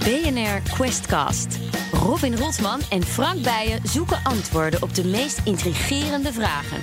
BNR Questcast. Robin Rotman en Frank Bijen zoeken antwoorden op de meest intrigerende vragen.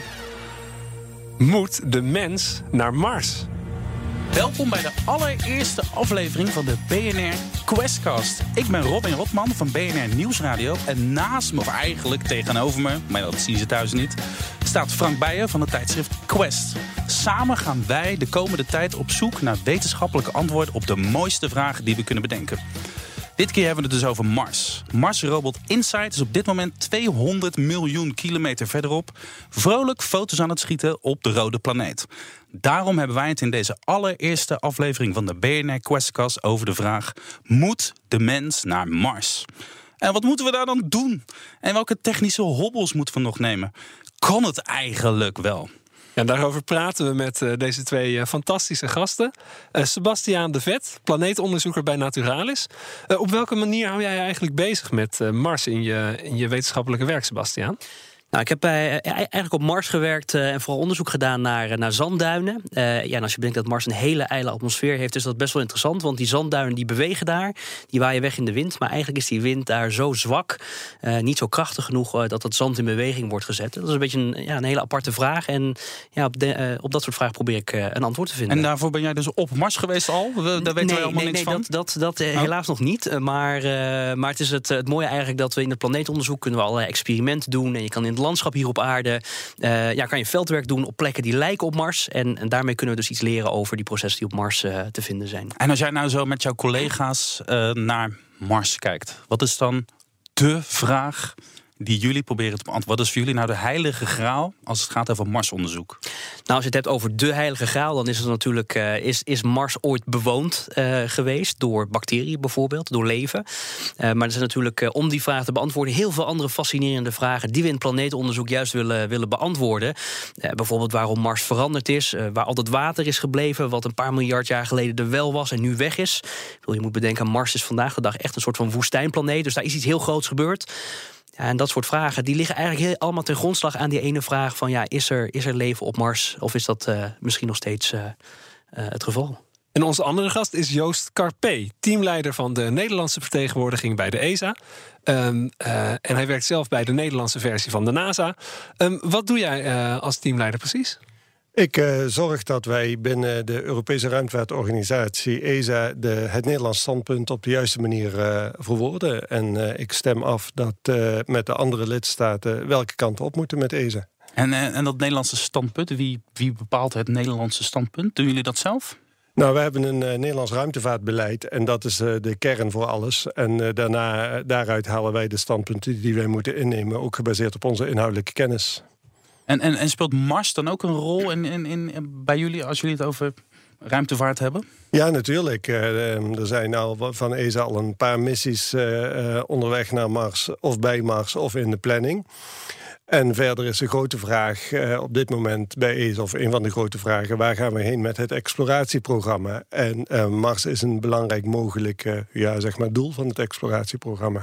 Moet de mens naar Mars? Welkom bij de allereerste aflevering van de BNR Questcast. Ik ben Robin Rotman van BNR Nieuwsradio. En naast me, of eigenlijk tegenover me, maar dat zien ze thuis niet, staat Frank Bijen van het tijdschrift Quest. Samen gaan wij de komende tijd op zoek naar wetenschappelijke antwoorden op de mooiste vragen die we kunnen bedenken. Dit keer hebben we het dus over Mars. Mars-robot InSight is op dit moment 200 miljoen kilometer verderop vrolijk foto's aan het schieten op de rode planeet. Daarom hebben wij het in deze allereerste aflevering van de BNR Questcast over de vraag: moet de mens naar Mars? En wat moeten we daar dan doen? En welke technische hobbels moeten we nog nemen? Kan het eigenlijk wel? Ja, daarover praten we met deze twee fantastische gasten. Sebastiaan de Vet, planeetonderzoeker bij Naturalis. Op welke manier hou jij je eigenlijk bezig met Mars in je wetenschappelijke werk, Sebastiaan? Nou, ik heb eigenlijk op Mars gewerkt en vooral onderzoek gedaan naar zandduinen. En als je bedenkt dat Mars een hele ijle atmosfeer heeft, is dat best wel interessant. Want die zandduinen die bewegen daar, die waaien weg in de wind. Maar eigenlijk is die wind daar zo zwak, niet zo krachtig genoeg dat het zand in beweging wordt gezet. Dat is een beetje een hele aparte vraag. En op dat soort vragen probeer ik een antwoord te vinden. En daarvoor ben jij dus op Mars geweest al? Daar weten wij allemaal niks van? Dat helaas nog niet. Maar het is het mooie eigenlijk dat we in het planeetonderzoek kunnen we allerlei experimenten doen. En je kan in het landschap hier op aarde kan je veldwerk doen op plekken die lijken op Mars. En daarmee kunnen we dus iets leren over die processen die op Mars te vinden zijn. En als jij nou zo met jouw collega's naar Mars kijkt, wat is dan de vraag die jullie proberen te beantwoorden? Wat is voor jullie nou de heilige graal als het gaat over Marsonderzoek? Nou, als je het hebt over de heilige graal, dan is het natuurlijk is Mars ooit bewoond geweest door bacteriën bijvoorbeeld, door leven. Maar er zijn natuurlijk, om die vraag te beantwoorden, heel veel andere fascinerende vragen die we in het planeetonderzoek juist willen beantwoorden. Bijvoorbeeld waarom Mars veranderd is, waar al dat water is gebleven, wat een paar miljard jaar geleden er wel was en nu weg is. Je moet bedenken, Mars is vandaag de dag echt een soort van woestijnplaneet, dus daar is iets heel groots gebeurd. Ja, en dat soort vragen die liggen eigenlijk allemaal ten grondslag aan die ene vraag van is er leven op Mars of is dat misschien nog steeds het geval? En onze andere gast is Joost Carpé, teamleider van de Nederlandse vertegenwoordiging bij de ESA. En hij werkt zelf bij de Nederlandse versie van de NASA. Wat doe jij als teamleider precies? Ik zorg dat wij binnen de Europese ruimtevaartorganisatie ESA het Nederlands standpunt op de juiste manier verwoorden. En ik stem af dat met de andere lidstaten welke kant op moeten met ESA. En dat Nederlandse standpunt, wie bepaalt het Nederlandse standpunt? Doen jullie dat zelf? Nou, we hebben een Nederlands ruimtevaartbeleid en dat is de kern voor alles. En daaruit halen wij de standpunten die wij moeten innemen, ook gebaseerd op onze inhoudelijke kennis. En speelt Mars dan ook een rol bij jullie als jullie het over ruimtevaart hebben? Ja, natuurlijk. Er zijn al van ESA al een paar missies onderweg naar Mars, of bij Mars, of in de planning. En verder is de grote vraag op dit moment bij ESA, of een van de grote vragen, waar gaan we heen met het exploratieprogramma? En Mars is een belangrijk mogelijk doel van het exploratieprogramma.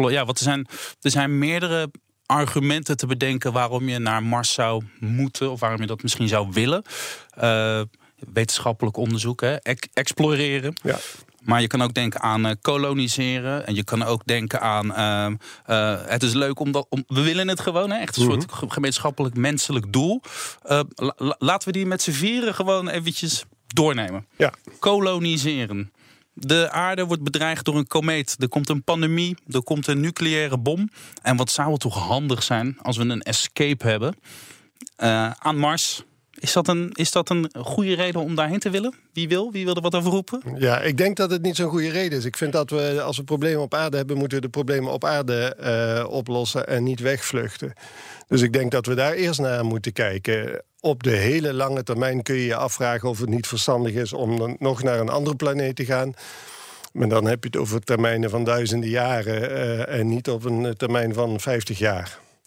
Er zijn meerdere argumenten te bedenken waarom je naar Mars zou moeten, of waarom je dat misschien zou willen. Wetenschappelijk onderzoek, exploreren. Ja. Maar je kan ook denken aan koloniseren. En je kan ook denken aan het is leuk we willen het gewoon. Echt een soort gemeenschappelijk menselijk doel. Laten we die met z'n vieren gewoon eventjes doornemen. Ja. Koloniseren. De aarde wordt bedreigd door een komeet. Er komt een pandemie. Er komt een nucleaire bom. En wat zou het toch handig zijn als we een escape hebben aan Mars? Is dat een goede reden om daarheen te willen? Wie wil er wat over roepen? Ja, ik denk dat het niet zo'n goede reden is. Ik vind dat we, als we problemen op aarde hebben, moeten we de problemen op aarde oplossen en niet wegvluchten. Dus ik denk dat we daar eerst naar moeten kijken. Op de hele lange termijn kun je je afvragen of het niet verstandig is om dan nog naar een andere planeet te gaan. Maar dan heb je het over termijnen van duizenden jaren en niet op een termijn van 50 jaar.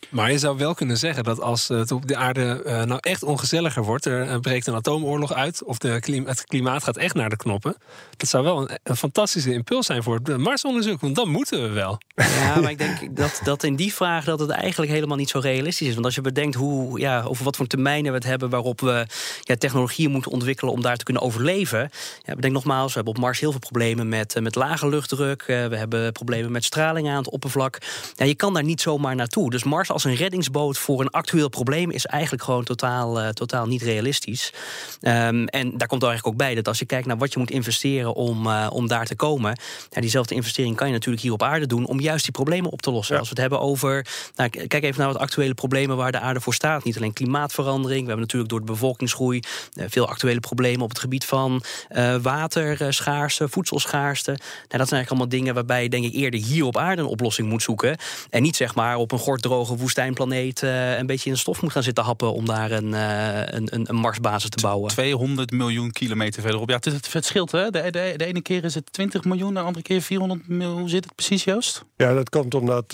Maar je zou wel kunnen zeggen dat als het op de aarde nou echt ongezelliger wordt, er breekt een atoomoorlog uit of het klimaat gaat echt naar de knoppen. Dat zou wel een fantastische impuls zijn voor het Marsonderzoek, want dan moeten we wel. Ja, maar ik denk dat in die vraag dat het eigenlijk helemaal niet zo realistisch is. Want als je bedenkt over wat voor termijnen we het hebben waarop we technologieën moeten ontwikkelen om daar te kunnen overleven. Ja, bedenk nogmaals, we hebben op Mars heel veel problemen met lage luchtdruk. We hebben problemen met straling aan het oppervlak. Ja, je kan daar niet zomaar naartoe. Dus Mars als een reddingsboot voor een actueel probleem is eigenlijk gewoon totaal niet realistisch. En daar komt er eigenlijk ook bij dat als je kijkt naar wat je moet investeren om daar te komen, diezelfde investering kan je natuurlijk hier op aarde doen om juist die problemen op te lossen. Ja. Als we het hebben over, kijk even naar wat actuele problemen waar de aarde voor staat. Niet alleen klimaatverandering, we hebben natuurlijk door de bevolkingsgroei veel actuele problemen op het gebied van waterschaarste, voedselschaarste. Dat zijn eigenlijk allemaal dingen waarbij je denk ik eerder hier op aarde een oplossing moet zoeken en niet zeg maar op een gorddroge woestijnplaneet een beetje in de stof moet gaan zitten happen om daar een Marsbasis te bouwen. 200 miljoen kilometer verderop. Ja, het scheelt, hè? De ene keer is het 20 miljoen, de andere keer 400 miljoen. Hoe zit het precies, Joost? Ja, dat komt omdat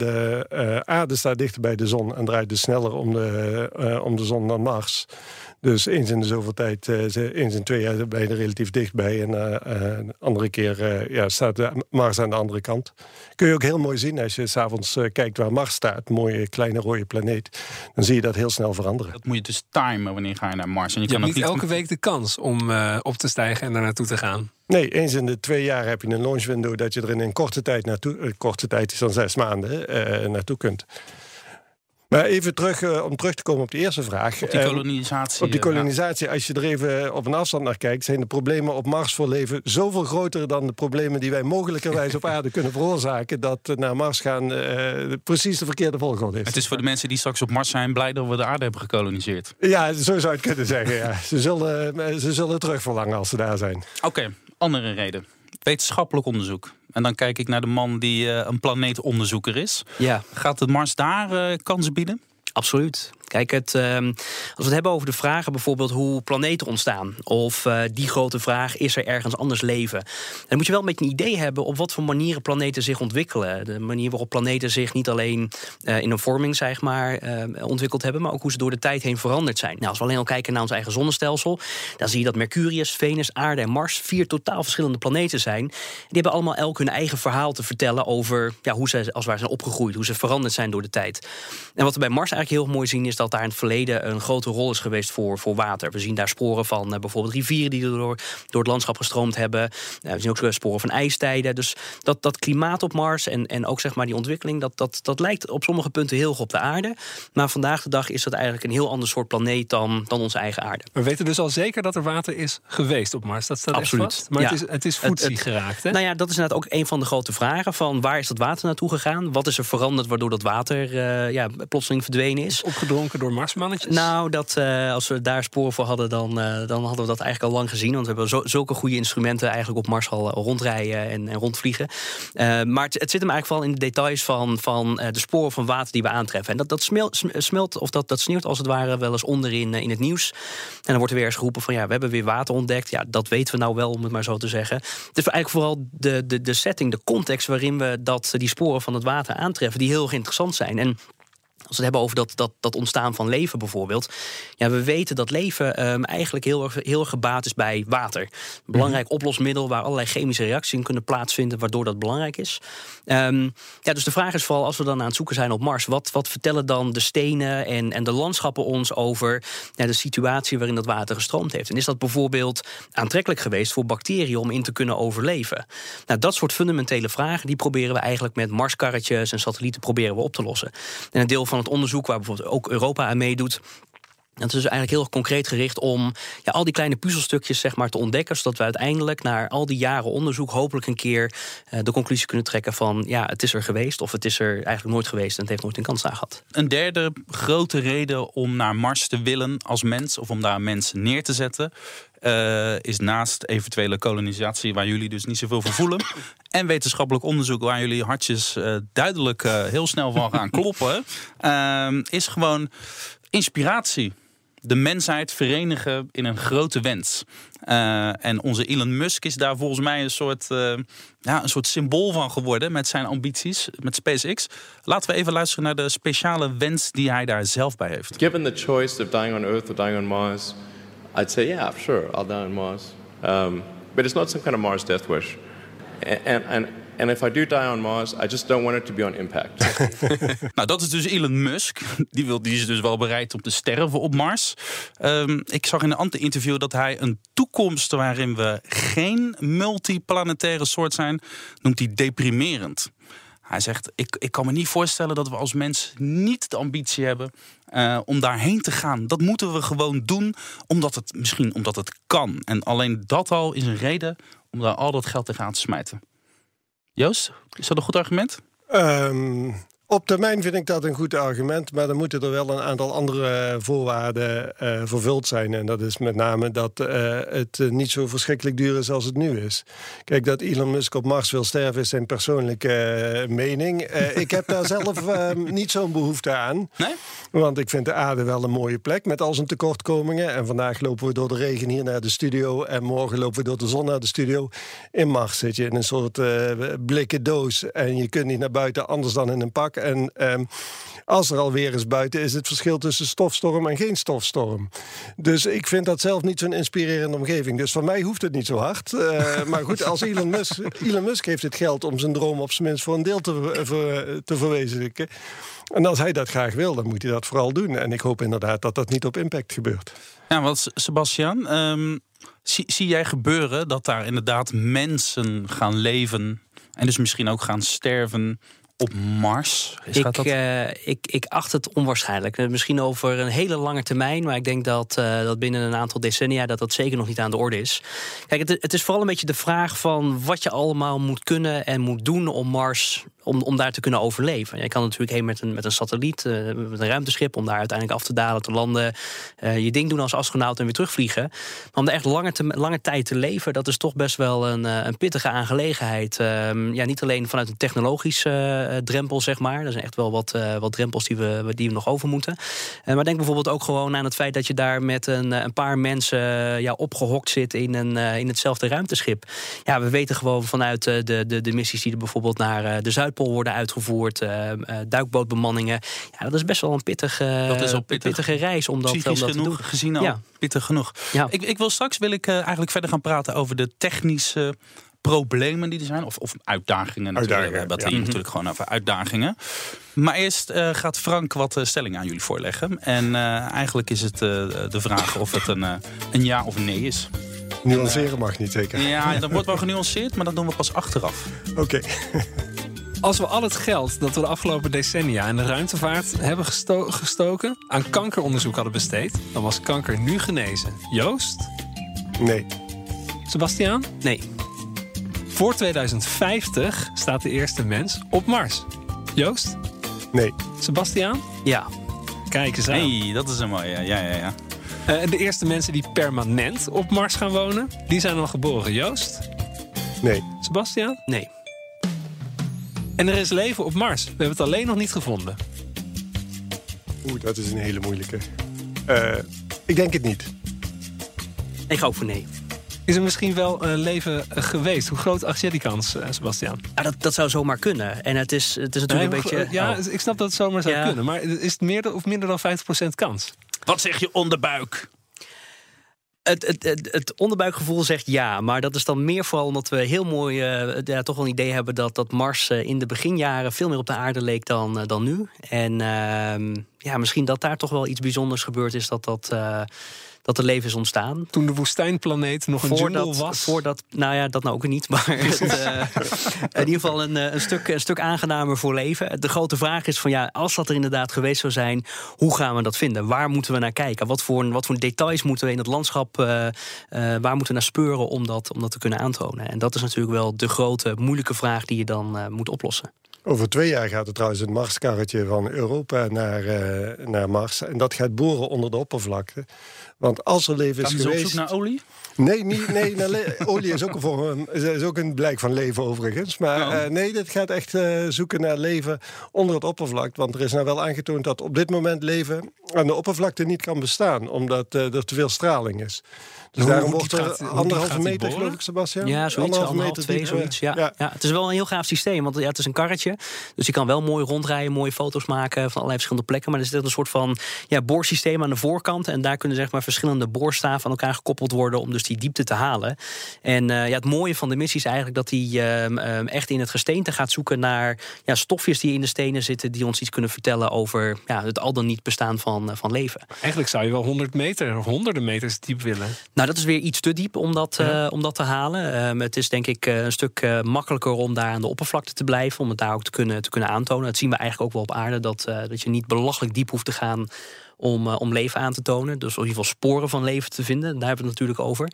de aarde staat dichter bij de zon en draait dus sneller om de zon dan Mars. Dus eens in de zoveel tijd, eens in 2 jaar ben je er relatief dichtbij. En de andere keer staat Mars aan de andere kant. Kun je ook heel mooi zien als je 's avonds kijkt waar Mars staat. Een mooie kleine rode planeet. Dan zie je dat heel snel veranderen. Dat moet je dus timen wanneer ga je naar Mars. En je hebt niet elke week de kans om op te stijgen en daar naartoe te gaan. Nee, eens in de 2 jaar heb je een launch window dat je er in een korte tijd naartoe, korte tijd is dan 6 maanden, naartoe kunt. Maar even om terug te komen op de eerste vraag. Op die kolonisatie. Op die kolonisatie, als je er even op een afstand naar kijkt, zijn de problemen op Mars voor leven zoveel groter dan de problemen die wij mogelijkerwijs op aarde kunnen veroorzaken, dat naar Mars gaan precies de verkeerde volgorde is. Het is voor de mensen die straks op Mars zijn blij dat we de aarde hebben gekoloniseerd. Ja, zo zou je het kunnen zeggen. Ja. Ze zullen terug verlangen als ze daar zijn. Oké, andere reden. Wetenschappelijk onderzoek. En dan kijk ik naar de man die een planeetonderzoeker is. Ja. Gaat de Mars daar kansen bieden? Absoluut. Kijk, als we het hebben over de vragen bijvoorbeeld hoe planeten ontstaan, of die grote vraag, is er ergens anders leven? Dan moet je wel een beetje een idee hebben op wat voor manieren planeten zich ontwikkelen. De manier waarop planeten zich niet alleen in een vorming, zeg maar, ontwikkeld hebben, maar ook hoe ze door de tijd heen veranderd zijn. Nou, als we alleen al kijken naar ons eigen zonnestelsel, dan zie je dat Mercurius, Venus, Aarde en Mars 4 totaal verschillende planeten zijn. Die hebben allemaal elk hun eigen verhaal te vertellen over hoe ze als het ware zijn opgegroeid, hoe ze veranderd zijn door de tijd. En wat we bij Mars eigenlijk heel mooi zien is dat daar in het verleden een grote rol is geweest voor water. We zien daar sporen van bijvoorbeeld rivieren die door het landschap gestroomd hebben. We zien ook sporen van ijstijden. Dus dat klimaat op Mars en ook zeg maar die ontwikkeling, dat lijkt op sommige punten heel erg op de aarde. Maar vandaag de dag is dat eigenlijk een heel ander soort planeet dan onze eigen aarde. We weten dus al zeker dat er water is geweest op Mars. Dat staat absoluut echt vast. Maar het is voedsel geraakt, hè? Nou ja, dat is inderdaad ook een van de grote vragen van waar is dat water naartoe gegaan? Wat is er veranderd waardoor dat water plotseling verdwenen is? Opgedronken door Marsmannetjes? Nou, als we daar sporen voor hadden, dan hadden we dat eigenlijk al lang gezien. Want we hebben zulke goede instrumenten eigenlijk op Mars al rondrijden en rondvliegen. Maar het zit hem eigenlijk vooral in de details van de sporen van water die we aantreffen. En dat smelt of dat sneeuwt als het ware wel eens onder in het nieuws. En dan wordt er weer eens geroepen van we hebben weer water ontdekt. Ja, dat weten we nou wel, om het maar zo te zeggen. Het is eigenlijk vooral de setting, de context waarin we die sporen van het water aantreffen, die heel erg interessant zijn. En als we het hebben over dat ontstaan van leven bijvoorbeeld. Ja, we weten dat leven eigenlijk heel erg gebaat is bij water. Een belangrijk oplosmiddel waar allerlei chemische reacties in kunnen plaatsvinden, waardoor dat belangrijk is. Dus de vraag is vooral, als we dan aan het zoeken zijn op Mars, wat vertellen dan de stenen en de landschappen ons over de situatie waarin dat water gestroomd heeft? En is dat bijvoorbeeld aantrekkelijk geweest voor bacteriën om in te kunnen overleven? Nou, dat soort fundamentele vragen, die proberen we eigenlijk met Marskarretjes en satellieten proberen we op te lossen. En een deel van het onderzoek waar bijvoorbeeld ook Europa aan meedoet, dat is dus eigenlijk heel erg concreet gericht om al die kleine puzzelstukjes zeg maar te ontdekken, zodat we uiteindelijk na al die jaren onderzoek hopelijk een keer de conclusie kunnen trekken van het is er geweest of het is er eigenlijk nooit geweest en het heeft nooit een kans aan gehad. Een derde grote reden om naar Mars te willen als mens of om daar mensen neer te zetten, is naast eventuele kolonisatie, waar jullie dus niet zoveel voor voelen, en wetenschappelijk onderzoek waar jullie hartjes duidelijk heel snel van gaan kloppen, is gewoon inspiratie. de mensheid verenigen in een grote wens. En onze Elon Musk is daar volgens mij een soort symbool van geworden met zijn ambities, met SpaceX. Laten we even luisteren naar de speciale wens die hij daar zelf bij heeft. Given the choice of dying on Earth or dying on Mars, I'd say, yeah, sure, I'll die on Mars. But it's not some kind of Mars death wish. And if I do die on Mars, I just don't want it to be on impact. Nou, dat is dus Elon Musk. Die is dus wel bereid om te sterven op Mars. Ik zag in een ander interview dat hij een toekomst waarin we geen multiplanetaire soort zijn, noemt hij deprimerend. Hij zegt, ik kan me niet voorstellen dat we als mens niet de ambitie hebben om daarheen te gaan. Dat moeten we gewoon doen, omdat het kan. En alleen dat al is een reden om daar al dat geld tegenaan te smijten. Joost, is dat een goed argument? Op termijn vind ik dat een goed argument, maar dan moeten er wel een aantal andere voorwaarden vervuld zijn. En dat is met name dat het niet zo verschrikkelijk duur is als het nu is. Kijk, dat Elon Musk op Mars wil sterven is zijn persoonlijke mening. Ik heb daar zelf niet zo'n behoefte aan. Nee? Want ik vind de aarde wel een mooie plek met al zijn tekortkomingen. En vandaag lopen we door de regen hier naar de studio en morgen lopen we door de zon naar de studio. In Mars zit je in een soort blikken doos en je kunt niet naar buiten anders dan in een pak. En als er alweer is buiten, is het verschil tussen stofstorm en geen stofstorm. Dus ik vind dat zelf niet zo'n inspirerende omgeving. Dus voor mij hoeft het niet zo hard. Maar goed, als Elon Musk heeft het geld om zijn droom op zijn minst voor een deel te verwezenlijken. En als hij dat graag wil, dan moet hij dat vooral doen. En ik hoop inderdaad dat dat niet op impact gebeurt. Ja, want Sebastian, zie jij gebeuren dat daar inderdaad mensen gaan leven en dus misschien ook gaan sterven op Mars? Ik acht het onwaarschijnlijk. Misschien over een hele lange termijn, maar ik denk dat binnen een aantal decennia dat zeker nog niet aan de orde is. Kijk, het is vooral een beetje de vraag van wat je allemaal moet kunnen en moet doen om Mars, om daar te kunnen overleven. Je kan natuurlijk heen met een satelliet, met een ruimteschip, om daar uiteindelijk af te dalen, te landen, je ding doen als astronaut en weer terugvliegen. Maar om daar echt lange tijd te leven, dat is toch best wel een pittige aangelegenheid. Niet alleen vanuit een technologische drempel, zeg maar. Er zijn echt wel wat drempels die we nog over moeten. Maar denk bijvoorbeeld ook gewoon aan het feit dat je daar met een paar mensen opgehokt zit in hetzelfde ruimteschip. Ja, we weten gewoon vanuit de missies die er bijvoorbeeld naar de Zuidpool worden uitgevoerd, duikbootbemanningen. Ja, dat is best wel een pittige reis om dat te doen. Gezien al pittig genoeg. Ja. Ik wil eigenlijk verder gaan praten over de technische problemen die er zijn, of uitdagingen. We hebben het hier natuurlijk gewoon over uitdagingen. Maar eerst gaat Frank wat stellingen aan jullie voorleggen. En eigenlijk is het de vraag of het een ja of een nee is. Nuanceren mag niet, zeker? Ja, dat wordt wel genuanceerd, maar dat doen we pas achteraf. Oké. Als we al het geld dat we de afgelopen decennia in de ruimtevaart hebben gestoken aan kankeronderzoek hadden besteed, dan was kanker nu genezen. Joost? Nee. Sebastiaan? Nee. Voor 2050 staat de eerste mens op Mars. Joost? Nee. Sebastiaan? Ja. Kijk eens aan. Hey, dat is een mooie. Ja. De eerste mensen die permanent op Mars gaan wonen, die zijn al geboren. Joost? Nee. Sebastiaan? Nee. En er is leven op Mars. We hebben het alleen nog niet gevonden. Dat is een hele moeilijke. Ik denk het niet. Ik ga ook voor nee. Is er misschien wel leven geweest? Hoe groot acht jij die kans, Sebastiaan? Ja, dat zou zomaar kunnen. En het is natuurlijk een beetje... Ja, ik snap dat het zomaar zou kunnen. Maar is het meer of minder dan 50% kans? Wat zeg je onderbuik? Het onderbuikgevoel zegt ja, maar dat is dan meer vooral omdat we heel mooi toch wel een idee hebben dat Mars in de beginjaren veel meer op de aarde leek dan nu. En misschien dat daar toch wel iets bijzonders gebeurd is dat er leven is ontstaan. Toen de woestijnplaneet nog een jungle was? Dat nou ook niet, maar in ieder geval een stuk aangenamer voor leven. De grote vraag is van als dat er inderdaad geweest zou zijn, hoe gaan we dat vinden? Waar moeten we naar kijken? Wat voor details moeten we in het landschap, waar moeten we naar speuren om dat te kunnen aantonen? En dat is natuurlijk wel de grote, moeilijke vraag die je dan moet oplossen. Over 2 jaar gaat er trouwens een Marskarretje van Europa naar Mars. En dat gaat boren onder de oppervlakte. Want als er leven is Gaan ze geweest... op zoek naar olie? Nee, olie is ook een blijk van leven overigens. Maar nee, dit gaat echt zoeken naar leven onder het oppervlak. Want er is nou wel aangetoond dat op dit moment leven aan de oppervlakte niet kan bestaan. Omdat er te veel straling is. Dus daarom wordt er 1,5 meter, geloof ik, Sebastian? Ja, zoiets, 1,5, 2, zoiets. Ja. Het is wel een heel gaaf systeem, want het is een karretje. Dus je kan wel mooi rondrijden, mooie foto's maken van allerlei verschillende plekken. Maar er zit een soort van boorsysteem aan de voorkant. En daar kunnen zeg maar verschillende boorstaven aan elkaar gekoppeld worden om dus die diepte te halen. En het mooie van de missie is eigenlijk dat hij echt in het gesteente gaat zoeken naar stofjes die in de stenen zitten, die ons iets kunnen vertellen over het al dan niet bestaan van leven. Eigenlijk zou je wel 100 meter of honderden meters diep willen. Nou, dat is weer iets te diep om dat te halen. Het is denk ik een stuk makkelijker om daar aan de oppervlakte te blijven, om het daar ook te kunnen aantonen. Dat zien we eigenlijk ook wel op aarde, dat je niet belachelijk diep hoeft te gaan om leven aan te tonen. Dus in ieder geval sporen van leven te vinden. Daar hebben we het natuurlijk over.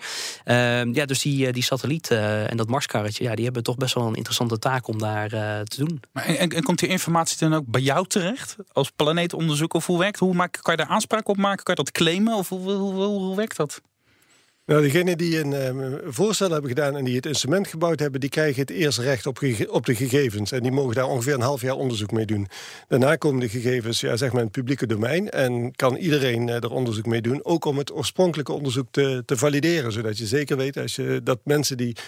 Dus die satelliet en dat Marskarretje, die hebben toch best wel een interessante taak om daar te doen. En komt die informatie dan ook bij jou terecht? Als planeetonderzoeker, of hoe werkt? Kan je daar aanspraak op maken? Kan je dat claimen? Of hoe werkt dat? Nou, degenen die een voorstel hebben gedaan en die het instrument gebouwd hebben, die krijgen het eerst recht op de gegevens. En die mogen daar ongeveer een half jaar onderzoek mee doen. Daarna komen de gegevens zeg maar in het publieke domein en kan iedereen er onderzoek mee doen. Ook om het oorspronkelijke onderzoek te valideren. Zodat je zeker weet dat mensen die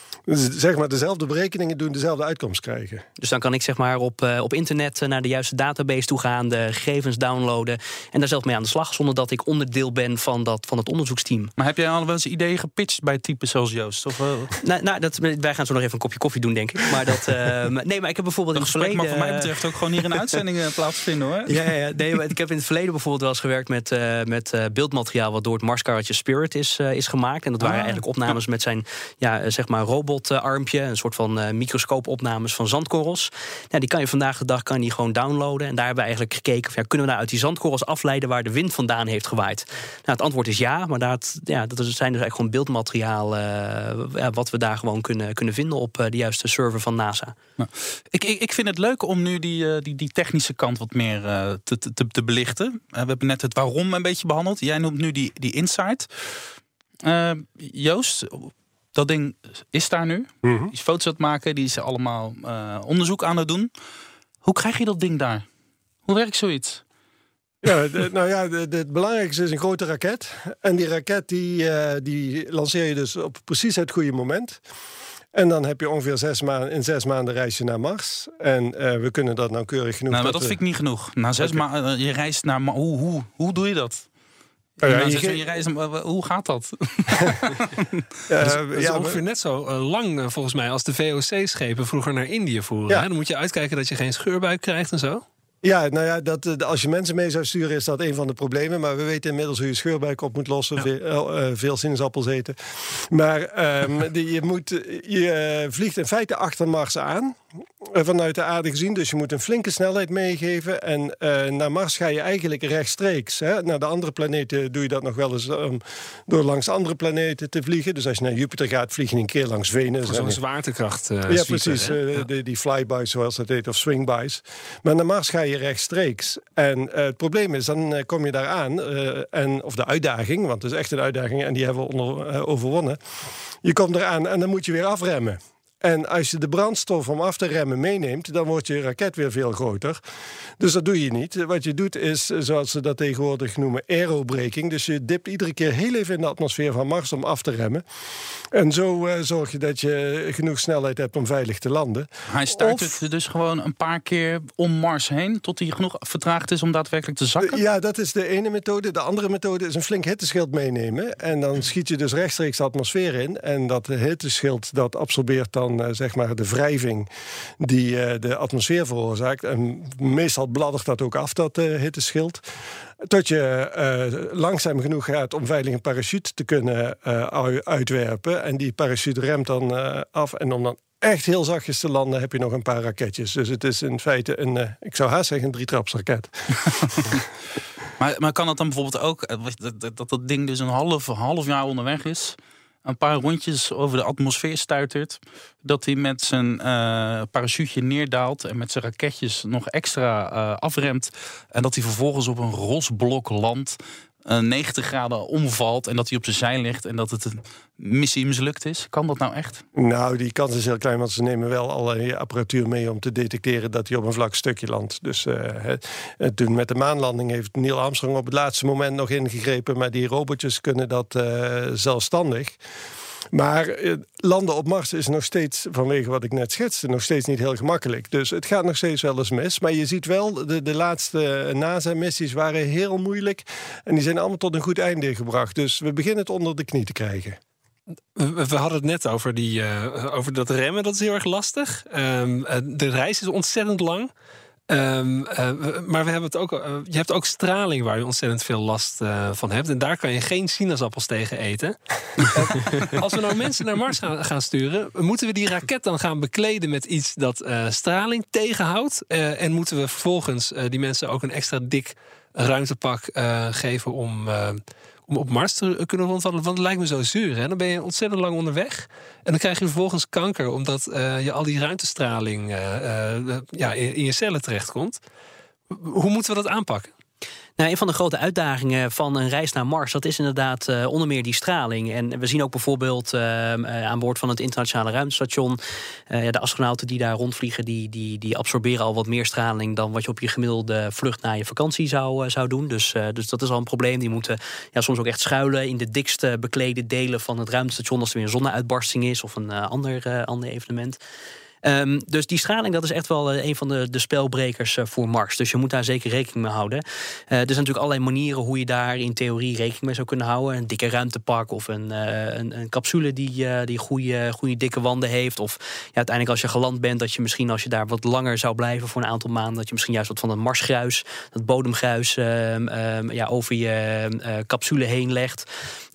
zeg maar dezelfde berekeningen doen, dezelfde uitkomst krijgen. Dus dan kan ik zeg maar op internet naar de juiste database toe gaan, de gegevens downloaden en daar zelf mee aan de slag, zonder dat ik onderdeel ben van het onderzoeksteam. Maar heb jij al wel eens ideeën gepitcht bij typen zoals Joost? Of, wij gaan zo nog even een kopje koffie doen, denk ik. Maar maar ik heb bijvoorbeeld in het verleden... mag wat mij betreft ook gewoon hier een uitzending plaatsvinden, hoor. Ja. Nee, maar ik heb in het verleden bijvoorbeeld wel eens gewerkt met beeldmateriaal wat door het Marskarretje Spirit is gemaakt. En dat waren eigenlijk opnames met zijn zeg maar robotarmpje, een soort van microscoopopnames van zandkorrels. Die kan je vandaag de dag gewoon downloaden. En daar hebben we eigenlijk gekeken van, kunnen we nou uit die zandkorrels afleiden waar de wind vandaan heeft gewaaid? Nou, het antwoord is ja, maar dat zijn dus eigenlijk gewoon beeldmateriaal wat we daar gewoon kunnen vinden op de juiste server van NASA. Nou, ik vind het leuk om nu die technische kant wat meer te belichten. We hebben net het waarom een beetje behandeld. Jij noemt nu die insight. Joost, dat ding is daar nu. Die is foto's aan het maken. Die is allemaal onderzoek aan het doen. Hoe krijg je dat ding daar? Hoe werkt zoiets? Ja, het belangrijkste is een grote raket. En die raket die lanceer je dus op precies het goede moment. En dan heb je ongeveer in 6 maanden reis je naar Mars. En we kunnen dat nauwkeurig genoeg... Nou, dat vind ik niet genoeg. Na 6 maanden, je reist naar Mars. Hoe doe je dat? Hoe gaat dat? Dat is ongeveer net zo lang volgens mij als de VOC-schepen vroeger naar Indië voeren. Ja. Dan moet je uitkijken dat je geen scheurbuik krijgt en zo. Ja, als je mensen mee zou sturen is dat een van de problemen. Maar we weten inmiddels hoe je scheurbuik op moet lossen. Veel sinaasappels eten. Maar je vliegt in feite achter Mars aan. Vanuit de aarde gezien. Dus je moet een flinke snelheid meegeven. En naar Mars ga je eigenlijk rechtstreeks. Naar de andere planeten doe je dat nog wel eens door langs andere planeten te vliegen. Dus als je naar Jupiter gaat, vlieg je een keer langs Venus. Zo'n zwaartekracht. Ja, precies. Die flybys, zoals dat heet, of swingbys. Maar naar Mars ga je rechtstreeks. En het probleem is, dan kom je daar aan. Of de uitdaging, want het is echt een uitdaging. En die hebben we overwonnen. Je komt eraan en dan moet je weer afremmen. En als je de brandstof om af te remmen meeneemt, dan wordt je raket weer veel groter. Dus dat doe je niet. Wat je doet is, zoals ze dat tegenwoordig noemen, aerobraking. Dus je dipt iedere keer heel even in de atmosfeer van Mars om af te remmen. En zo zorg je dat je genoeg snelheid hebt om veilig te landen. Hij start het dus gewoon een paar keer om Mars heen, tot hij genoeg vertraagd is om daadwerkelijk te zakken? Ja, dat is de ene methode. De andere methode is een flink hitteschild meenemen. En dan schiet je dus rechtstreeks de atmosfeer in. En dat hitteschild, dat absorbeert dan zeg maar de wrijving die de atmosfeer veroorzaakt. En meestal bladdert dat ook af, dat hitteschild. Tot je langzaam genoeg gaat om veilig een parachute te kunnen uitwerpen. En die parachute remt dan af. En om dan echt heel zachtjes te landen heb je nog een paar raketjes. Dus het is in feite ik zou haast zeggen, een 3-trapsraket. Maar kan het dan bijvoorbeeld ook, dat ding dus een half jaar onderweg is, een paar rondjes over de atmosfeer stuitert, dat hij met zijn parachute neerdaalt en met zijn raketjes nog extra afremt en dat hij vervolgens op een rosblok landt 90 graden omvalt en dat hij op zijn zij ligt en dat het een missie mislukt is? Kan dat nou echt? Nou, die kans is heel klein, want ze nemen wel allerlei apparatuur mee om te detecteren dat hij op een vlak stukje landt. Dus toen met de maanlanding heeft Neil Armstrong op het laatste moment nog ingegrepen, maar die robotjes kunnen dat zelfstandig. Maar landen op Mars is nog steeds, vanwege wat ik net schetste, nog steeds niet heel gemakkelijk. Dus het gaat nog steeds wel eens mis. Maar je ziet wel, de laatste NASA-missies waren heel moeilijk. En die zijn allemaal tot een goed einde gebracht. Dus we beginnen het onder de knie te krijgen. We hadden het net over dat remmen, dat is heel erg lastig. De reis is ontzettend lang. Maar we hebben het ook, je hebt ook straling waar je ontzettend veel last van hebt. En daar kan je geen sinaasappels tegen eten. Als we nou mensen naar Mars gaan sturen, moeten we die raket dan gaan bekleden met iets dat straling tegenhoudt? En moeten we vervolgens die mensen ook een extra dik ruimtepak geven om op Mars te kunnen rondwandelen? Want het lijkt me zo zuur. Hè? Dan ben je ontzettend lang onderweg. En dan krijg je vervolgens kanker, omdat je al die ruimtestraling in je cellen terechtkomt. Hoe moeten we dat aanpakken? Nou, een van de grote uitdagingen van een reis naar Mars, dat is inderdaad onder meer die straling. En we zien ook bijvoorbeeld aan boord van het internationale ruimtestation, de astronauten die daar rondvliegen, die absorberen al wat meer straling dan wat je op je gemiddelde vlucht naar je vakantie zou doen. Dus dat is al een probleem. Die moeten soms ook echt schuilen in de dikste beklede delen van het ruimtestation als er weer een zonneuitbarsting is of een ander evenement. Dus die straling, dat is echt wel een van de spelbrekers voor Mars. Dus je moet daar zeker rekening mee houden. Er zijn natuurlijk allerlei manieren hoe je daar in theorie rekening mee zou kunnen houden. Een dikke ruimtepak of een capsule die goede dikke wanden heeft. Of uiteindelijk als je geland bent, dat je misschien als je daar wat langer zou blijven voor een aantal maanden, dat je misschien juist wat van een Marsgruis, dat bodemgruis, over je capsule heen legt.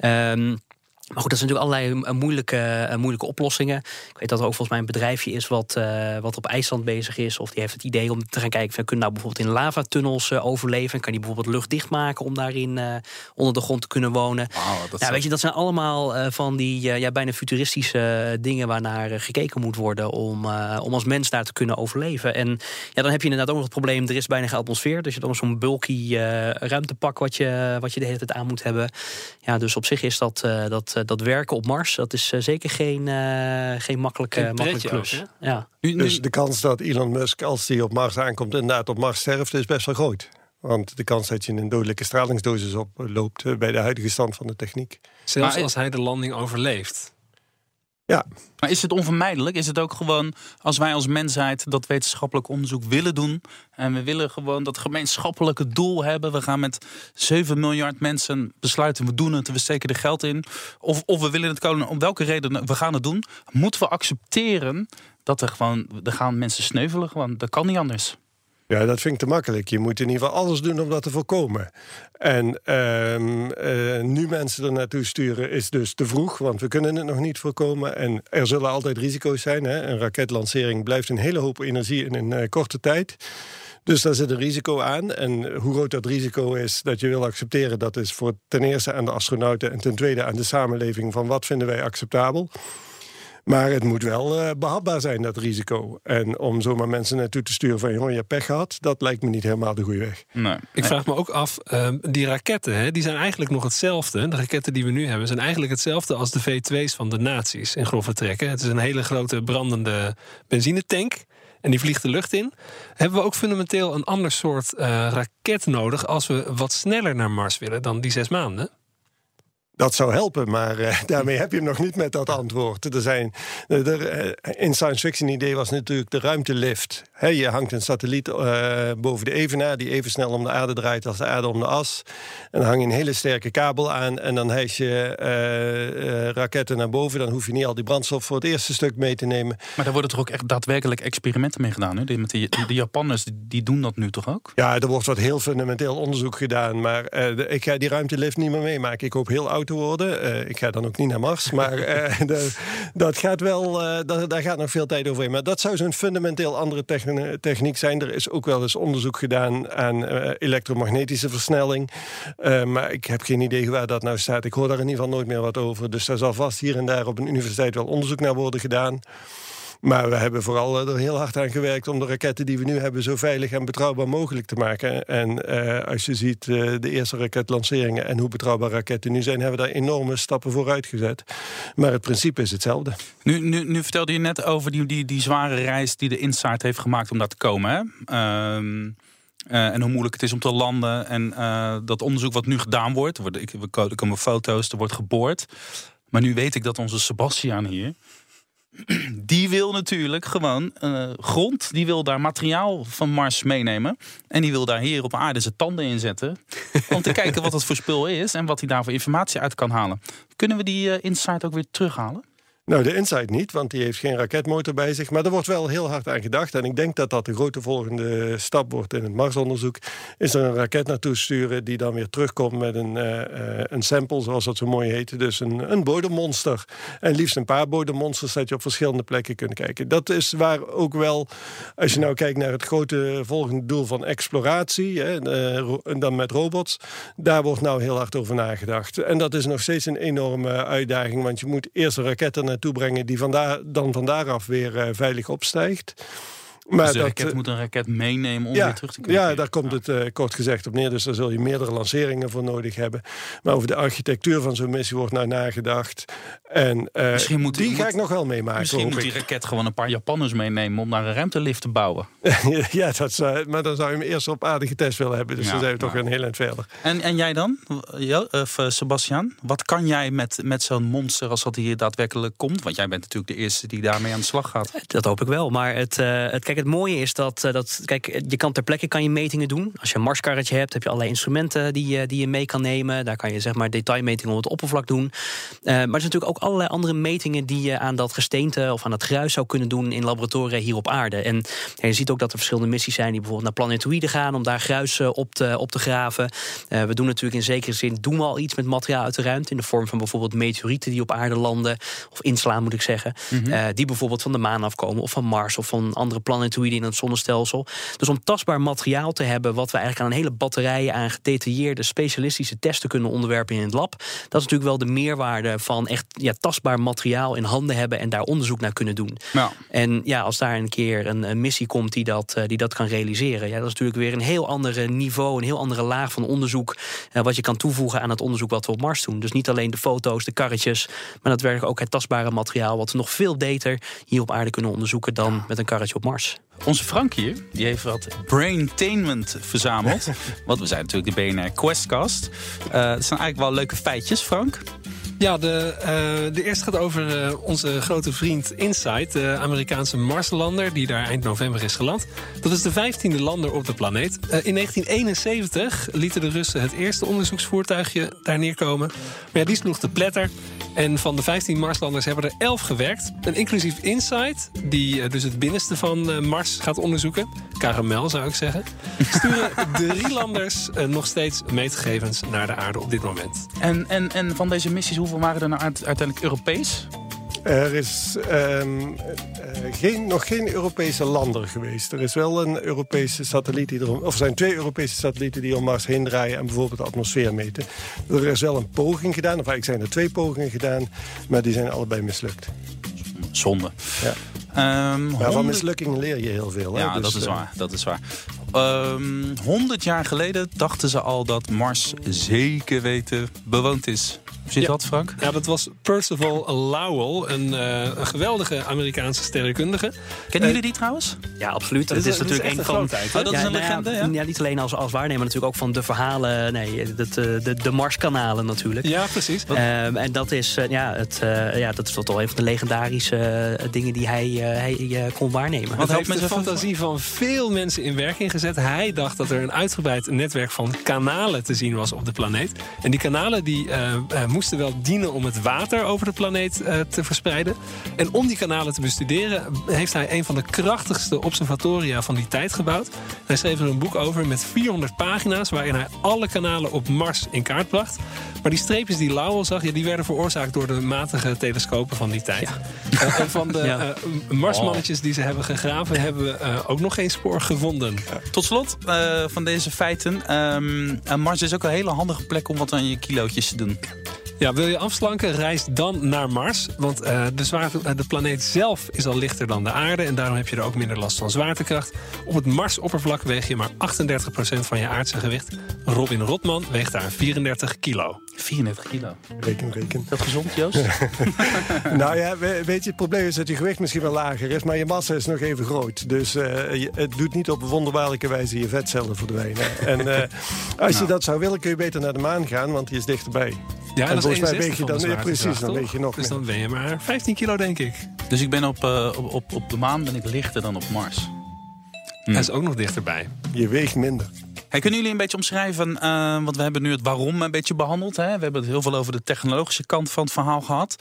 Maar goed, dat zijn natuurlijk allerlei moeilijke oplossingen. Ik weet dat er ook volgens mij een bedrijfje is wat op IJsland bezig is. Of die heeft het idee om te gaan kijken, kunnen nou bijvoorbeeld in lavatunnels overleven? Kan die bijvoorbeeld luchtdicht maken om daarin onder de grond te kunnen wonen? Wow, weet je, dat zijn allemaal van die bijna futuristische dingen waarnaar gekeken moet worden om als mens daar te kunnen overleven. En dan heb je inderdaad ook nog het probleem, er is bijna geen atmosfeer. Dus je hebt ook zo'n bulky ruimtepak wat je de hele tijd aan moet hebben. Ja, dus op zich is dat werken op Mars, dat is zeker geen makkelijke klus. Ja. Dus de kans dat Elon Musk, als hij op Mars aankomt, inderdaad op Mars sterft, is best wel groot. Want de kans dat je een dodelijke stralingsdosis oploopt bij de huidige stand van de techniek. Zelfs als hij de landing overleeft. Ja. Maar is het onvermijdelijk? Is het ook gewoon, als wij als mensheid dat wetenschappelijk onderzoek willen doen, en we willen gewoon dat gemeenschappelijke doel hebben, we gaan met 7 miljard mensen besluiten, we doen het, we steken er geld in, of we willen het komen, om welke reden we gaan het doen, moeten we accepteren dat er gaan mensen sneuvelen, gewoon, dat kan niet anders. Ja, dat vind ik te makkelijk. Je moet in ieder geval alles doen om dat te voorkomen. En nu mensen er naartoe sturen is dus te vroeg, want we kunnen het nog niet voorkomen. En er zullen altijd risico's zijn. Hè? Een raketlancering blijft een hele hoop energie in een korte tijd. Dus daar zit een risico aan. En hoe groot dat risico is dat je wil accepteren, dat is voor ten eerste aan de astronauten en ten tweede aan de samenleving van wat vinden wij acceptabel. Maar het moet wel behapbaar zijn, dat risico. En om zomaar mensen naartoe te sturen van, je hebt pech gehad, dat lijkt me niet helemaal de goede weg. Nee. Ik vraag me ook af, die raketten, die zijn eigenlijk nog hetzelfde. De raketten die we nu hebben zijn eigenlijk hetzelfde als de V2's van de nazi's in grove trekken. Het is een hele grote brandende benzinetank. En die vliegt de lucht in. Hebben we ook fundamenteel een ander soort raket nodig als we wat sneller naar Mars willen dan die 6 maanden? Dat zou helpen, maar daarmee heb je hem nog niet met dat antwoord. In science fiction idee was natuurlijk de ruimtelift. Je hangt een satelliet boven de evenaar die even snel om de aarde draait als de aarde om de as. En dan hang je een hele sterke kabel aan en dan hijs je raketten naar boven. Dan hoef je niet al die brandstof voor het eerste stuk mee te nemen. Maar daar worden toch ook echt daadwerkelijk experimenten mee gedaan? Hè? De Japanners die doen dat nu toch ook? Ja, er wordt wat heel fundamenteel onderzoek gedaan. Maar ik ga die ruimtelift niet meer meemaken. Ik hoop heel oud te worden. Ik ga dan ook niet naar Mars. Maar dat gaat wel. Daar gaat nog veel tijd overheen. Maar dat zou zo'n fundamenteel andere techniek zijn. Er is ook wel eens onderzoek gedaan aan elektromagnetische versnelling. Maar ik heb geen idee waar dat nou staat. Ik hoor daar in ieder geval nooit meer wat over. Dus daar zal vast hier en daar op een universiteit wel onderzoek naar worden gedaan. Maar we hebben vooral er heel hard aan gewerkt om de raketten die we nu hebben zo veilig en betrouwbaar mogelijk te maken. En als je ziet de eerste raketlanceringen en hoe betrouwbaar raketten nu zijn, hebben we daar enorme stappen vooruit gezet. Maar het principe is hetzelfde. Nu vertelde je net over die zware reis die de InSight heeft gemaakt om daar te komen. Hè? En hoe moeilijk het is om te landen. En dat onderzoek wat nu gedaan wordt. Er komen foto's, er wordt geboord. Maar nu weet ik dat onze Sebastiaan hier, die wil natuurlijk gewoon grond. Die wil daar materiaal van Mars meenemen. En die wil daar hier op aarde zijn tanden in zetten. Om te kijken wat het voor spul is. En wat hij daar voor informatie uit kan halen. Kunnen we die InSight ook weer terughalen? Nou, de InSight niet, want die heeft geen raketmotor bij zich. Maar er wordt wel heel hard aan gedacht. En ik denk dat dat de grote volgende stap wordt in het Marsonderzoek. Is er een raket naartoe sturen die dan weer terugkomt met een sample, zoals dat zo mooi heet. Dus een bodemmonster. En liefst een paar bodemmonsters dat je op verschillende plekken kunt kijken. Dat is waar ook wel, als je nou kijkt naar het grote volgende doel van exploratie, en dan met robots, daar wordt nou heel hard over nagedacht. En dat is nog steeds een enorme uitdaging, want je moet eerst een raket er naartoe brengen die van daaraf weer veilig opstijgt. Maar dus de raket moet een raket meenemen om weer terug te kunnen. Ja, daar komt het kort gezegd op neer. Dus daar zul je meerdere lanceringen voor nodig hebben. Maar over de architectuur van zo'n missie wordt nou nagedacht. En die ga ik nog wel meemaken. Misschien moet die raket gewoon een paar Japanners meenemen om daar een ruimtelift te bouwen. Ja, maar dan zou je hem eerst op aarde getest willen hebben. Dus dan zijn we toch een heel eind verder. En jij dan, Sebastiaan? Wat kan jij met zo'n monster als dat hier daadwerkelijk komt? Want jij bent natuurlijk de eerste die daarmee aan de slag gaat. Dat hoop ik wel. Maar kijk, het mooie is dat je kan ter plekke metingen doen. Als je een Marskarretje hebt, heb je allerlei instrumenten die je mee kan nemen. Daar kan je zeg maar detailmetingen op het oppervlak doen. Maar er zijn natuurlijk ook allerlei andere metingen die je aan dat gesteente of aan dat gruis zou kunnen doen in laboratoria hier op aarde. En je ziet ook dat er verschillende missies zijn die bijvoorbeeld naar planetoïden gaan om daar gruis op te graven. We doen natuurlijk in zekere zin al iets met materiaal uit de ruimte in de vorm van bijvoorbeeld meteorieten die op aarde landen of inslaan moet ik zeggen. Mm-hmm. Die bijvoorbeeld van de maan afkomen of van Mars of van andere planetoïden in het zonnestelsel. Dus om tastbaar materiaal te hebben wat we eigenlijk aan een hele batterij aan gedetailleerde specialistische testen kunnen onderwerpen in het lab. Dat is natuurlijk wel de meerwaarde van echt tastbaar materiaal in handen hebben en daar onderzoek naar kunnen doen. Ja. En als daar een keer een missie komt die dat kan realiseren, dat is natuurlijk weer een heel ander niveau, een heel andere laag van onderzoek wat je kan toevoegen aan het onderzoek wat we op Mars doen. Dus niet alleen de foto's, de karretjes, maar daadwerkelijk ook het tastbare materiaal wat we nog veel beter hier op aarde kunnen onderzoeken dan met een karretje op Mars. Onze Frank hier, die heeft wat braintainment verzameld. Want we zijn natuurlijk de BNR Questcast. Het zijn eigenlijk wel leuke feitjes, Frank. Ja, de eerste gaat over onze grote vriend InSight, de Amerikaanse Marslander, die daar eind november is geland. Dat is de 15e lander op de planeet. In 1971 lieten de Russen het eerste onderzoeksvoertuigje daar neerkomen. Maar die sloeg te pletter. En van de 15 Marslanders hebben er 11 gewerkt. En inclusief InSight, die dus het binnenste van Mars gaat onderzoeken. Karamel zou ik zeggen. Sturen 3 landers nog steeds meetgegevens naar de aarde op dit moment. En van deze missies, hoeveel waren er nou uiteindelijk Europees? Er is nog geen Europese lander geweest. Er is wel een Europese satelliet er zijn 2 Europese satellieten die om Mars heen draaien en bijvoorbeeld de atmosfeer meten. Er is wel een poging gedaan, of eigenlijk zijn er 2 pogingen gedaan, maar die zijn allebei mislukt. Zonde. Ja. Maar van mislukkingen leer je heel veel. Hè? Ja, dus, dat is waar. 100 jaar geleden dachten ze al dat Mars zeker weten bewoond is. Zit dat, Frank? Ja, dat was Percival Lowell, een geweldige Amerikaanse sterrenkundige. Kennen jullie die trouwens? Ja, absoluut. Het is natuurlijk een van. Dat is een legende, ja? Ja, niet alleen als waarnemer, natuurlijk ook van de verhalen. Nee, de Marskanalen natuurlijk. Ja, precies. En dat is, dat is toch wel een van de legendarische dingen die hij kon waarnemen. Wat heeft de fantasie van veel mensen in werking gezet. Hij dacht dat er een uitgebreid netwerk van kanalen te zien was op de planeet. En die kanalen die moesten wel dienen om het water over de planeet te verspreiden. En om die kanalen te bestuderen heeft hij een van de krachtigste observatoria van die tijd gebouwd. Hij schreef er een boek over met 400 pagina's waarin hij alle kanalen op Mars in kaart bracht. Maar die streepjes die Lowell zag, die werden veroorzaakt door de matige telescopen van die tijd. Ja. En van de Marsmannetjes die ze hebben gegraven hebben we ook nog geen spoor gevonden. Tot slot van deze feiten. Mars is ook een hele handige plek om wat aan je kilootjes te doen. Ja, wil je afslanken, reis dan naar Mars. Want de planeet zelf is al lichter dan de aarde. En daarom heb je er ook minder last van zwaartekracht. Op het Marsoppervlak weeg je maar 38% van je aardse gewicht. Robin Rotman weegt daar 34 kilo. 34 kilo. Reken. Is dat gezond, Joost? Nou ja, weet je, het probleem is dat je gewicht misschien wel lager is, maar je massa is nog even groot. Dus het doet niet op een wonderbaarlijke wijze je vetcellen verdwijnen. En als je dat zou willen, kun je beter naar de maan gaan, want die is dichterbij. Ja, en dat is 61 weeg je dan, van de precies, dan weeg je nog Dus meer. dan ben je maar 15 kilo, denk ik. Dus ik ben op de maan ben ik lichter dan op Mars. Hij is ook nog dichterbij. Je weegt minder. Hey, kunnen jullie een beetje omschrijven, want we hebben nu het waarom een beetje behandeld. Hè? We hebben het heel veel over de technologische kant van het verhaal gehad.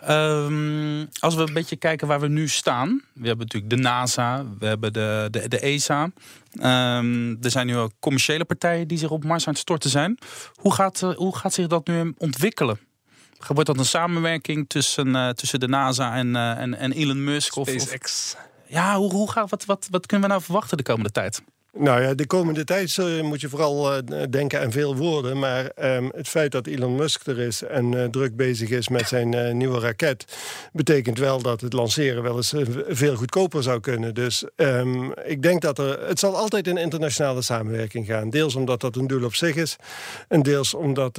Als we een beetje kijken waar we nu staan. We hebben natuurlijk de NASA, we hebben de ESA. Er zijn nu ook commerciële partijen die zich op Mars aan het storten zijn. Hoe gaat zich dat nu ontwikkelen? Wordt dat een samenwerking tussen de NASA en Elon Musk? SpaceX. Ja, wat kunnen we nou verwachten de komende tijd? Nou ja, de komende tijd moet je vooral denken aan veel woorden. Maar het feit dat Elon Musk er is en druk bezig is met zijn nieuwe raket, betekent wel dat het lanceren wel eens veel goedkoper zou kunnen. Dus ik denk dat het zal altijd in internationale samenwerking gaan. Deels omdat dat een doel op zich is. En deels omdat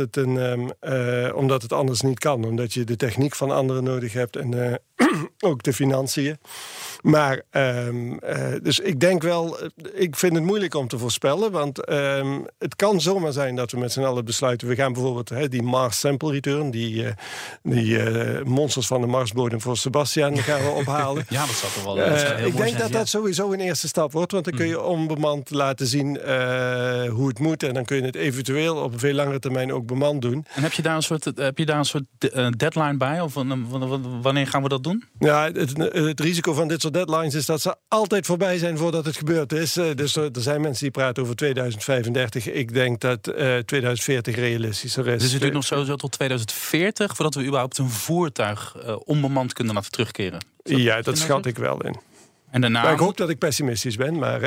het anders niet kan. Omdat je de techniek van anderen nodig hebt en ook de financiën. Maar dus ik denk wel, ik vind het moeilijk om te voorspellen, want het kan zomaar zijn dat we met z'n allen besluiten, we gaan bijvoorbeeld die Mars Sample Return, die monsters van de Marsbodem voor Sebastian gaan we ophalen. Ja, dat zou toch wel ik denk dat dat sowieso een eerste stap wordt, want dan kun je onbemand laten zien hoe het moet en dan kun je het eventueel op een veel langere termijn ook bemand doen. En heb je daar een soort deadline bij? Of wanneer gaan we dat doen? Ja, het risico van dit soort deadlines is dat ze altijd voorbij zijn voordat het gebeurd is. Dus er zijn mensen die praten over 2035. Ik denk dat 2040 realistischer is. Dus het duurt nog sowieso tot 2040 voordat we überhaupt een voertuig onbemand kunnen laten terugkeren? Ja, dat schat ik wel in. En daarna? Maar ik hoop dat ik pessimistisch ben, maar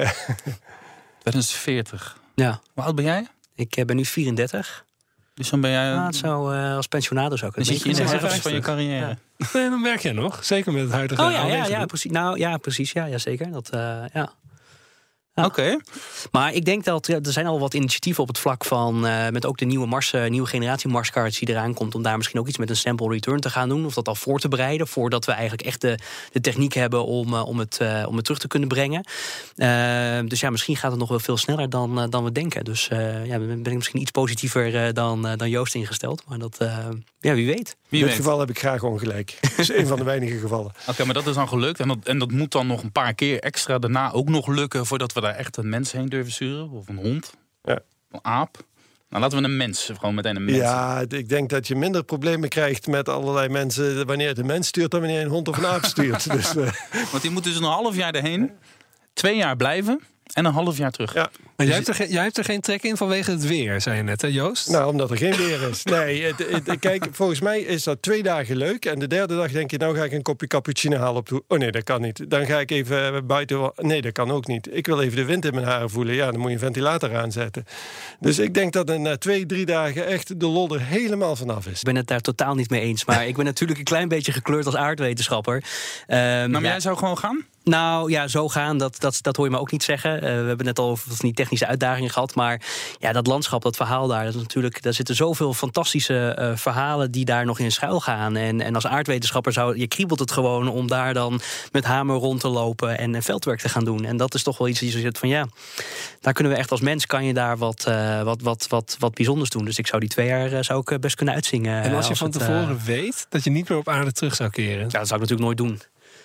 2040. Ja. Hoe oud ben jij? Ik ben nu 34. Dus dan ben jij... het zou als pensionados zou Dan kunnen. zit je in de herfst van je carrière. Ja. Dan werk jij nog. Zeker met het huidige ja, precies. Nou ja, precies. Ja, zeker. Dat, ja. Ja. Oké. Maar ik denk dat er zijn al wat initiatieven op het vlak van met ook de nieuwe generatie Marscards die eraan komt, om daar misschien ook iets met een sample return te gaan doen, of dat al voor te bereiden, voordat we eigenlijk echt de techniek hebben om het terug te kunnen brengen. Dus ja, misschien gaat het nog wel veel sneller dan we denken. Dus ben ik misschien iets positiever dan Joost ingesteld. Maar dat, wie weet. In dit geval heb ik graag ongelijk. Dat is een van de weinige gevallen. Oké, maar dat is dan gelukt. En dat moet dan nog een paar keer extra daarna ook nog lukken voordat we daar echt een mens heen durven sturen? Of een hond? Ja. Een aap? Nou, laten we een mens, gewoon meteen een mens. Ja, ik denk dat je minder problemen krijgt met allerlei mensen wanneer het een mens stuurt dan wanneer je een hond of een aap stuurt. Dus, want die moet dus een half jaar erheen, 2 jaar blijven en een half jaar terug. Ja. Maar jij hebt er geen trek in vanwege het weer, zei je net, hè Joost? Nou, omdat er geen weer is. Nee, kijk, volgens mij is dat 2 dagen leuk. En de derde dag denk je, nou ga ik een kopje cappuccino halen op toe. Oh nee, dat kan niet. Dan ga ik even buiten. Nee, dat kan ook niet. Ik wil even de wind in mijn haren voelen. Ja, dan moet je een ventilator aanzetten. Dus ik denk dat er na 2-3 dagen echt de lol er helemaal vanaf is. Ik ben het daar totaal niet mee eens. Maar ik ben natuurlijk een klein beetje gekleurd als aardwetenschapper. Maar jij zou gewoon gaan? Nou ja, zo gaan, dat hoor je me ook niet zeggen. We hebben net al over die technische uitdagingen gehad. Maar ja, dat landschap, dat verhaal daar, dat is natuurlijk, daar zitten zoveel fantastische verhalen die daar nog in schuil gaan. En als aardwetenschapper je kriebelt het gewoon om daar dan met hamer rond te lopen en veldwerk te gaan doen. En dat is toch wel iets die je zit van ja, daar kunnen we echt als mens, kan je daar wat bijzonders doen. Dus ik zou die 2 jaar zou ik best kunnen uitzingen. En als je van tevoren weet dat je niet meer op aarde terug zou keren? Ja, dat zou ik natuurlijk nooit doen.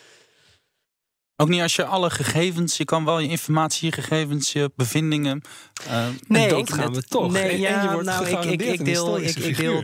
Ook niet als je alle gegevens, je kan wel je informatie, je gegevens, je bevindingen. Nee, doodgaan we toch. Nee, ja, en je wordt ik deel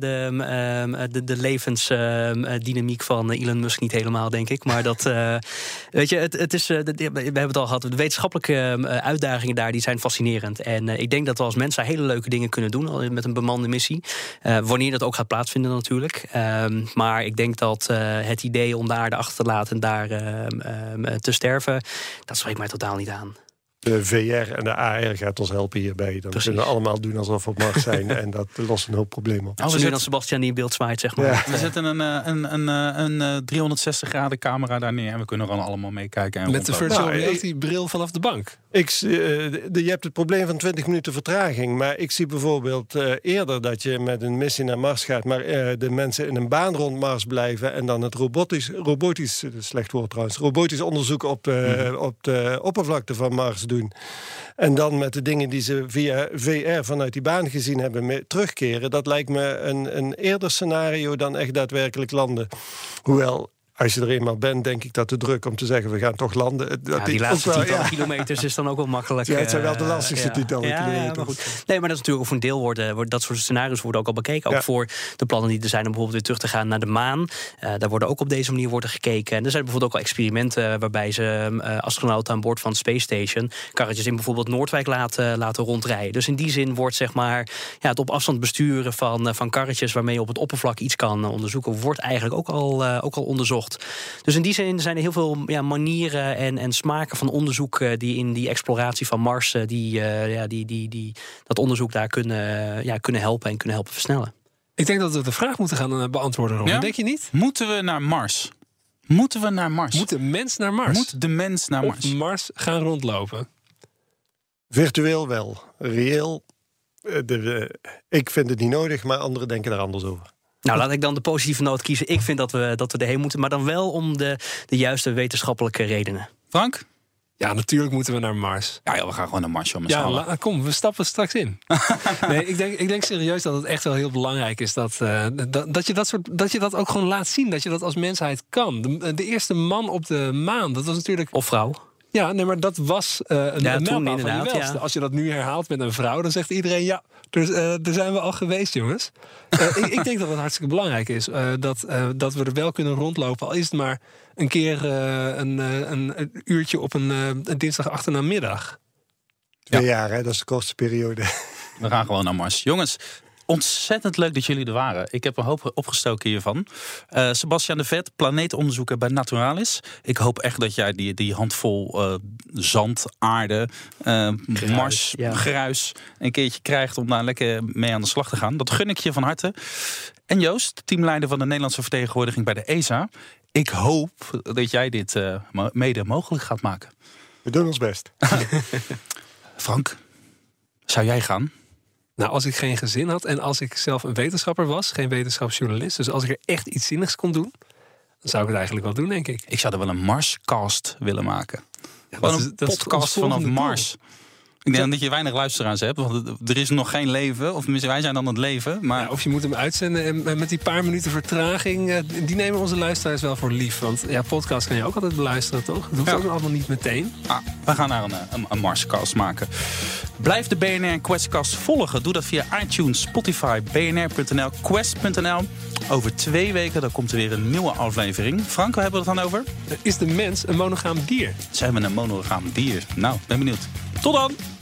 de levensdynamiek van Elon Musk niet helemaal, denk ik. Maar dat, weet je, het is, we hebben het al gehad. De wetenschappelijke uitdagingen daar, die zijn fascinerend. En ik denk dat we als mensen hele leuke dingen kunnen doen met een bemande missie. Wanneer dat ook gaat plaatsvinden natuurlijk. Maar ik denk dat het idee om de aarde achter te laten en daar te sterven, dat spreekt mij totaal niet aan. De VR en de AR gaat ons helpen hierbij. Dan kunnen we allemaal doen alsof we op Mars zijn. En dat lost een hoop problemen op. Als nu dan Sebastian die in beeld zwaait, zeg maar. Ja. We zetten een 360 graden camera daar neer. En we kunnen er allemaal meekijken. En met de virtual reality bril vanaf de bank. Je hebt het probleem van 20 minuten vertraging. Maar ik zie bijvoorbeeld eerder dat je met een missie naar Mars gaat. Maar de mensen in een baan rond Mars blijven. En dan het robotisch slecht woord trouwens. Robotisch onderzoek op de oppervlakte van Mars doen. En dan met de dingen die ze via VR vanuit die baan gezien hebben terugkeren. Dat lijkt me een eerder scenario dan echt daadwerkelijk landen. Hoewel, als je er eenmaal bent, denk ik dat de druk om te zeggen we gaan toch landen. Die laatste tientallen kilometers is dan ook wel makkelijk. Ja, het zijn wel de lastigste tientallen kilometers. Maar goed. Nee, maar dat is natuurlijk ook voor een deel worden dat soort scenario's worden ook al bekeken. Ook voor de plannen die er zijn om bijvoorbeeld weer terug te gaan naar de maan. Daar worden ook op deze manier gekeken. En er zijn bijvoorbeeld ook al experimenten waarbij ze astronauten aan boord van de Space Station karretjes in bijvoorbeeld Noordwijk laten rondrijden. Dus in die zin wordt zeg maar het op afstand besturen van karretjes waarmee je op het oppervlak iets kan onderzoeken, wordt eigenlijk ook al onderzocht. Dus in die zin zijn er heel veel manieren en smaken van onderzoek die in die exploratie van Mars dat onderzoek daar kunnen helpen en kunnen helpen versnellen. Ik denk dat we de vraag moeten gaan beantwoorden, Ron. Ja? Denk je niet? Moeten we naar Mars? Moeten we naar Mars? Moet de mens naar Mars? Moet de mens naar Mars? Of Mars gaan rondlopen? Virtueel wel. Reëel, ik vind het niet nodig, maar anderen denken er anders over. Nou, laat ik dan de positieve noot kiezen. Ik vind dat we erheen moeten, maar dan wel om de juiste wetenschappelijke redenen. Frank? Ja, natuurlijk moeten we naar Mars. Ja, we gaan gewoon naar Mars. Kom, we stappen straks in. Nee, ik denk serieus dat het echt wel heel belangrijk is dat je dat ook gewoon laat zien. Dat je dat als mensheid kan. De eerste man op de maan, dat was natuurlijk... Of vrouw. Ja, nee, maar dat was een mijlpaal van je welste. Als je dat nu herhaalt met een vrouw, dan zegt iedereen... daar zijn we al geweest, jongens. Ik denk dat het hartstikke belangrijk is dat we er wel kunnen rondlopen. Al is het maar een keer een uurtje op een dinsdag achternamiddag. 2 jaar, hè? Dat is de kortste periode. We gaan gewoon naar Mars. Jongens, ontzettend leuk dat jullie er waren. Ik heb een hoop opgestoken hiervan. Sebastian de Vet, planeetonderzoeker bij Naturalis. Ik hoop echt dat jij die handvol zand, aarde, Mars, gruis een keertje krijgt om daar lekker mee aan de slag te gaan. Dat gun ik je van harte. En Joost, teamleider van de Nederlandse vertegenwoordiging bij de ESA. Ik hoop dat jij dit mede mogelijk gaat maken. We doen ons best. Frank, zou jij gaan? Nou, als ik geen gezin had en als ik zelf een wetenschapper was, geen wetenschapsjournalist, dus als ik er echt iets zinnigs kon doen, dan zou ik het eigenlijk wel doen, denk ik. Ik zou er wel een Marscast willen maken. Gewoon een podcast vanaf Mars. Ik denk dat je weinig luisteraars hebt, want er is nog geen leven. Of tenminste, wij zijn dan het leven. Maar... Ja, of je moet hem uitzenden en met die paar minuten vertraging, die nemen onze luisteraars wel voor lief. Want podcast kan je ook altijd beluisteren, toch? Dat hoeft ook allemaal niet meteen. We gaan daar een Marscast maken. Blijf de BNR Questcast volgen. Doe dat via iTunes, Spotify, bnr.nl, quest.nl. Over 2 weken dan komt er weer een nieuwe aflevering. Frank, waar hebben we het dan over? Is de mens een monogaam dier? Zijn we een monogaam dier? Nou, ben benieuwd. Tot dan!